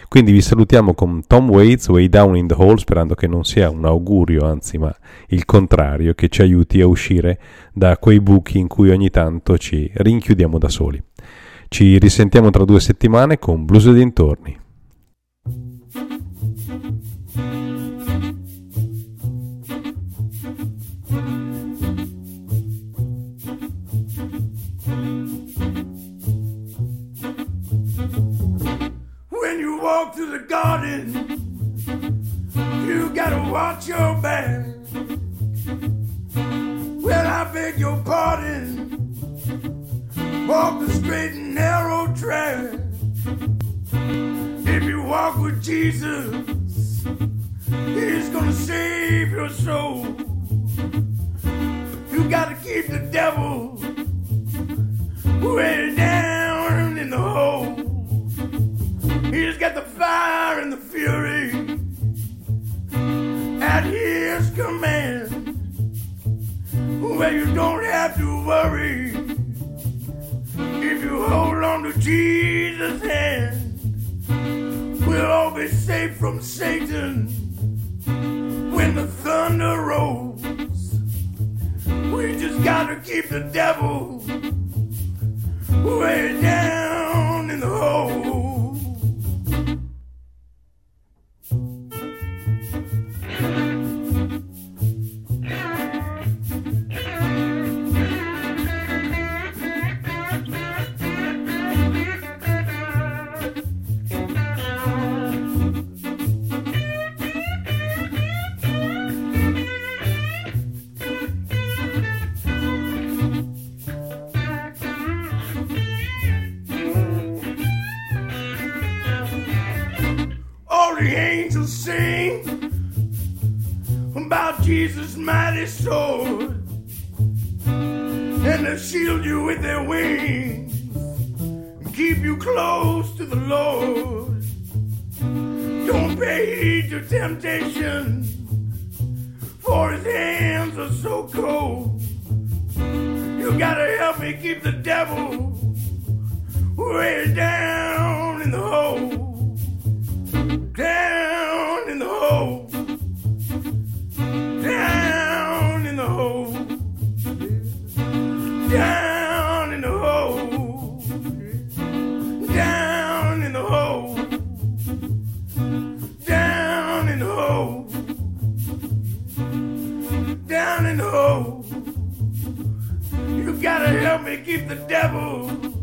Quindi vi salutiamo con Tom Waits, Way Down in the Hole, sperando che non sia un augurio, anzi ma il contrario, che ci aiuti a uscire da quei buchi in cui ogni tanto ci rinchiudiamo da soli. Ci risentiamo tra due settimane con Blues e dintorni. When you walk through the garden, you gotta watch your back. Well, I beg your pardon. Walk the straight and narrow track. If you walk with Jesus, He's gonna save your soul. You gotta keep the devil way down in the hole. He's got the fire and the fury at His command. Well, you don't have to worry if you hold on to Jesus' hand. We'll all be safe from Satan when the thunder rolls. We just gotta keep the devil way down in the hole. The angels sing about Jesus' mighty sword, and they'll shield you with their wings and keep you close to the Lord. Don't pay heed to temptation, for His hands are so cold. You gotta help me keep the devil way down in the hole. Down in the hole, down in the hole, down in the hole, down in the hole, down in the hole, down in the hole. You gotta help me keep the devil